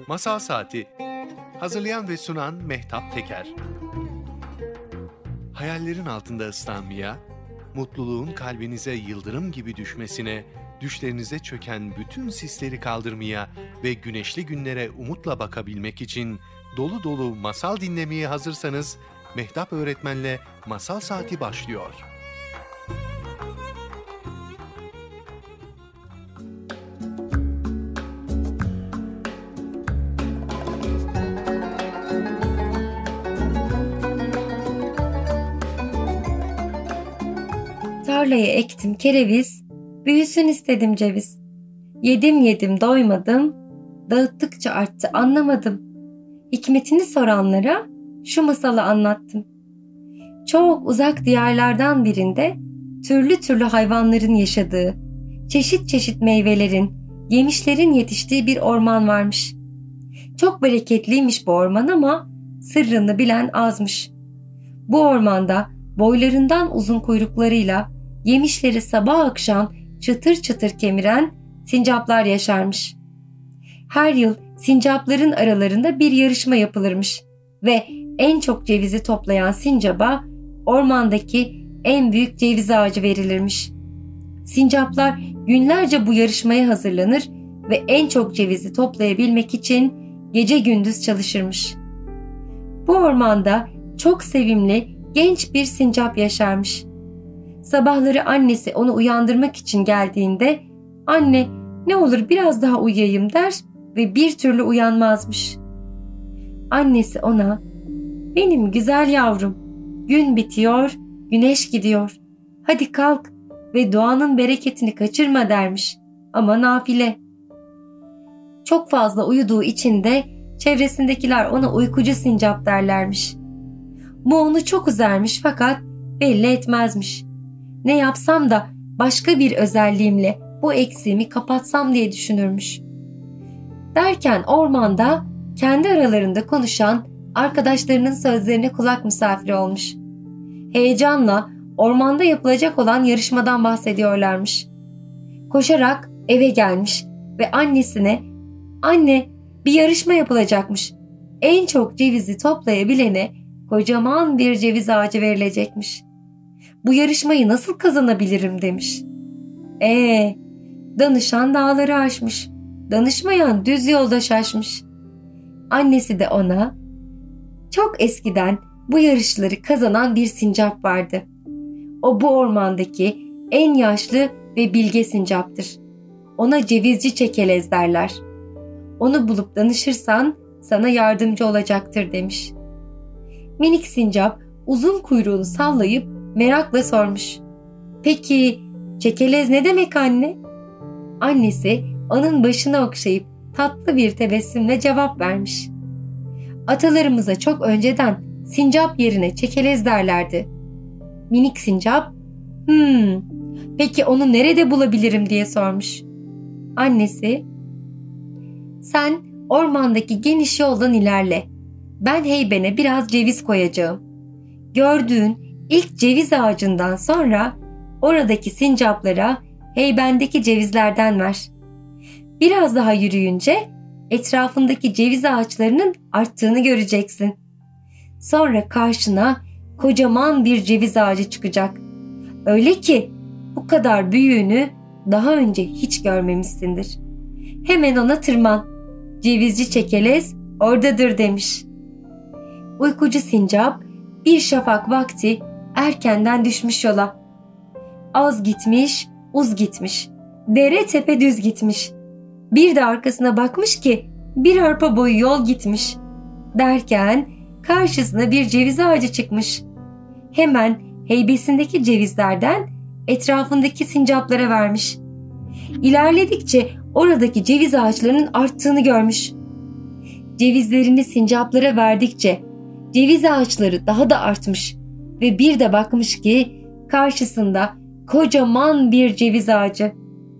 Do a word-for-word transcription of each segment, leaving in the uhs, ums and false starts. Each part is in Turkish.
Masal Saati. Hazırlayan ve sunan Mehtap Teker. Hayallerin altında ıslanmaya, mutluluğun kalbinize yıldırım gibi düşmesine, düşlerinize çöken bütün sisleri kaldırmaya ve güneşli günlere umutla bakabilmek için dolu dolu masal dinlemeye hazırsanız, Mehtap Öğretmen'le Masal Saati başlıyor. Tarlaya ektim kereviz, büyüsün istedim ceviz. Yedim yedim doymadım, dağıttıkça arttı anlamadım. Hikmetini soranlara şu masalı anlattım. Çok uzak diyarlardan birinde türlü türlü hayvanların yaşadığı, çeşit çeşit meyvelerin, yemişlerin yetiştiği bir orman varmış. Çok bereketliymiş bu orman ama sırrını bilen azmış. Bu ormanda boylarından uzun kuyruklarıyla yemişleri sabah akşam çıtır çıtır kemiren sincaplar yaşarmış. Her yıl sincapların aralarında bir yarışma yapılırmış ve en çok cevizi toplayan sincaba ormandaki en büyük ceviz ağacı verilirmiş. Sincaplar günlerce bu yarışmaya hazırlanır ve en çok cevizi toplayabilmek için gece gündüz çalışırmış. Bu ormanda çok sevimli genç bir sincap yaşarmış. Sabahları annesi onu uyandırmak için geldiğinde "Anne, ne olur biraz daha uyuyayım" der ve bir türlü uyanmazmış. Annesi ona "Benim güzel yavrum, gün bitiyor, güneş gidiyor. Hadi kalk ve doğanın bereketini kaçırma" dermiş. Ama nafile. Çok fazla uyuduğu için de çevresindekiler ona uykucu sincap derlermiş. Bu onu çok üzermiş fakat belli etmezmiş. Ne yapsam da başka bir özelliğimle bu eksiğimi kapatsam diye düşünürmüş. Derken ormanda kendi aralarında konuşan arkadaşlarının sözlerine kulak misafiri olmuş. Heyecanla ormanda yapılacak olan yarışmadan bahsediyorlarmış. Koşarak eve gelmiş ve annesine "Anne, bir yarışma yapılacakmış. En çok cevizi toplayabilene kocaman bir ceviz ağacı verilecekmiş. Bu yarışmayı nasıl kazanabilirim?" demiş. Ee, danışan dağları aşmış, danışmayan düz yolda şaşmış. Annesi de ona "Çok eskiden bu yarışları kazanan bir sincap vardı. O bu ormandaki en yaşlı ve bilge sincaptır. Ona cevizci çekelez derler. Onu bulup danışırsan sana yardımcı olacaktır" demiş. Minik sincap uzun kuyruğunu sallayıp merakla sormuş. "Peki çekelez ne demek anne?" Annesi onun başına okşayıp tatlı bir tebessümle cevap vermiş. "Atalarımıza çok önceden sincap yerine çekelez derlerdi." Minik sincap "Hmm, peki onu nerede bulabilirim?" diye sormuş. Annesi "Sen ormandaki geniş yoldan ilerle. Ben heybene biraz ceviz koyacağım. Gördüğün ilk ceviz ağacından sonra oradaki sincaplara heybendeki cevizlerden ver. Biraz daha yürüyünce etrafındaki ceviz ağaçlarının arttığını göreceksin. Sonra karşına kocaman bir ceviz ağacı çıkacak. Öyle ki bu kadar büyüğünü daha önce hiç görmemişsindir. Hemen ona tırman. Cevizci çekelez oradadır" demiş. Uykucu sincap bir şafak vakti erkenden düşmüş yola. Az gitmiş, uz gitmiş. Dere tepe düz gitmiş. Bir de arkasına bakmış ki bir arpa boyu yol gitmiş. Derken karşısına bir ceviz ağacı çıkmış. Hemen heybesindeki cevizlerden etrafındaki sincaplara vermiş. İlerledikçe oradaki ceviz ağaçlarının arttığını görmüş. Cevizlerini sincaplara verdikçe ceviz ağaçları daha da artmış ve bir de bakmış ki karşısında kocaman bir ceviz ağacı.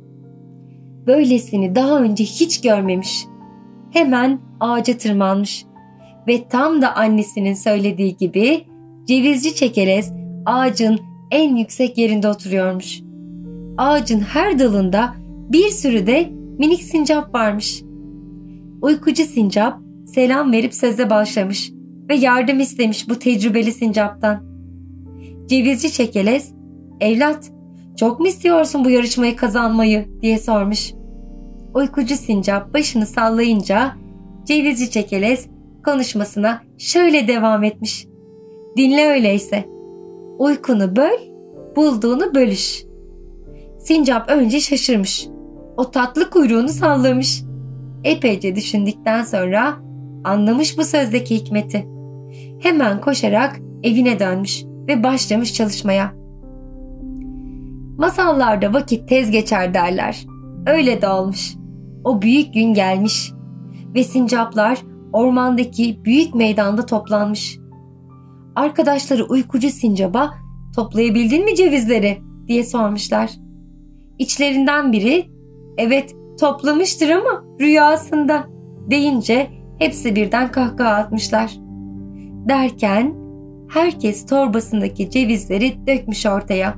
Böylesini daha önce hiç görmemiş. Hemen ağaca tırmanmış ve tam da annesinin söylediği gibi cevizci çekelez ağacın en yüksek yerinde oturuyormuş. Ağacın her dalında bir sürü de minik sincap varmış. Uykucu sincap selam verip söze başlamış ve yardım istemiş bu tecrübeli sincaptan. Cevizci çekelez, "Evlat, çok mu istiyorsun bu yarışmayı kazanmayı?" diye sormuş. Uykucu sincap başını sallayınca cevizci çekelez konuşmasına şöyle devam etmiş. "Dinle öyleyse. Uykunu böl, bulduğunu bölüş." Sincap önce şaşırmış. O tatlı kuyruğunu sallamış. Epeyce düşündükten sonra anlamış bu sözdeki hikmeti. Hemen koşarak evine dönmüş ve başlamış çalışmaya. Masallarda vakit tez geçer derler. Öyle de olmuş. O büyük gün gelmiş ve sincaplar ormandaki büyük meydanda toplanmış. Arkadaşları uykucu sincaba "Toplayabildin mi cevizleri?" diye sormuşlar. İçlerinden biri "Evet, toplamıştır ama rüyasında" deyince hepsi birden kahkaha atmışlar. Derken herkes torbasındaki cevizleri dökmüş ortaya.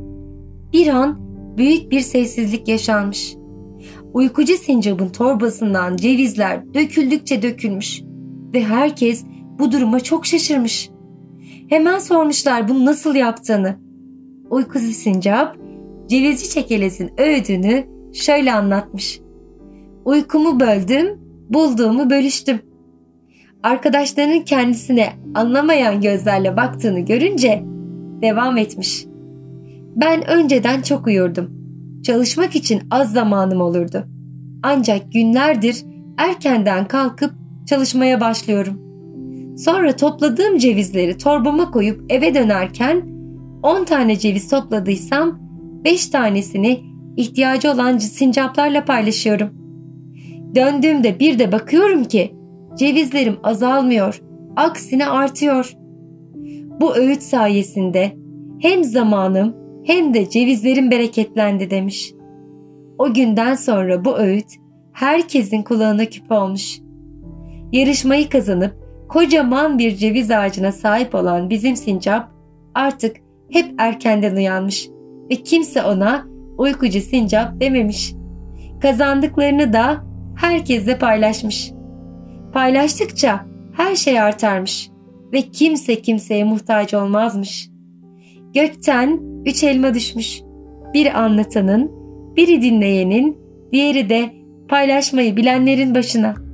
Bir an büyük bir sessizlik yaşanmış. Uykucu sincapın torbasından cevizler döküldükçe dökülmüş ve herkes bu duruma çok şaşırmış. Hemen sormuşlar bunu nasıl yaptığını. Uykucu sincap cevizci çekelezin öğüdünü şöyle anlatmış. "Uykumu böldüm, bulduğumu bölüştüm." Arkadaşlarının kendisine anlamayan gözlerle baktığını görünce devam etmiş. "Ben önceden çok uyurdum. Çalışmak için az zamanım olurdu. Ancak günlerdir erkenden kalkıp çalışmaya başlıyorum. Sonra topladığım cevizleri torbama koyup eve dönerken on tane ceviz topladıysam beş tanesini ihtiyacı olan sincaplarla paylaşıyorum. Döndüğümde bir de bakıyorum ki cevizlerim azalmıyor, aksine artıyor. Bu öğüt sayesinde hem zamanım hem de cevizlerim bereketlendi" demiş. O günden sonra bu öğüt herkesin kulağına küpe olmuş. Yarışmayı kazanıp kocaman bir ceviz ağacına sahip olan bizim sincap artık hep erkenden uyanmış ve kimse ona uykucu sincap dememiş. Kazandıklarını da herkesle paylaşmış. Paylaştıkça her şey artarmış ve kimse kimseye muhtaç olmazmış. Gökten üç elma düşmüş. Biri anlatanın, biri dinleyenin, diğeri de paylaşmayı bilenlerin başına.